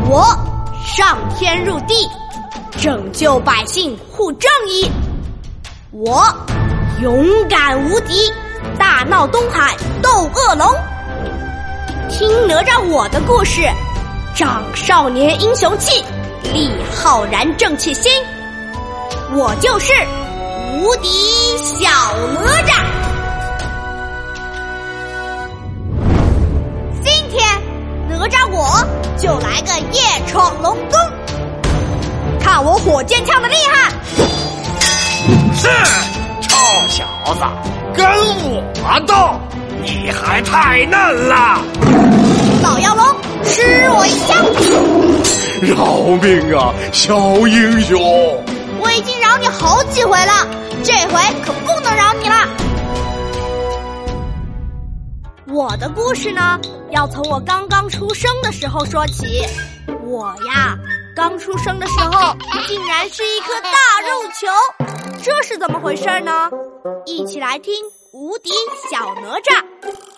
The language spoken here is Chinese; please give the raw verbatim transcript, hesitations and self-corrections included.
我上天入地，拯救百姓护正义。我勇敢无敌，大闹东海斗恶龙。听哪吒我的故事，长少年英雄气，立浩然正气心。我就是无敌小哪吒。今天哪吒我就来个夜闯龙宫，看我火箭枪的厉害！ 是，臭小子，跟我斗，你还太嫩了！ 老妖龙，吃我一枪！ 饶命啊，小英雄！ 我已经饶你好几回了，这回可不能饶你了。我的故事呢，要从我刚刚出生的时候说起。我呀，刚出生的时候竟然是一颗大肉球，这是怎么回事呢？一起来听无敌小哪吒。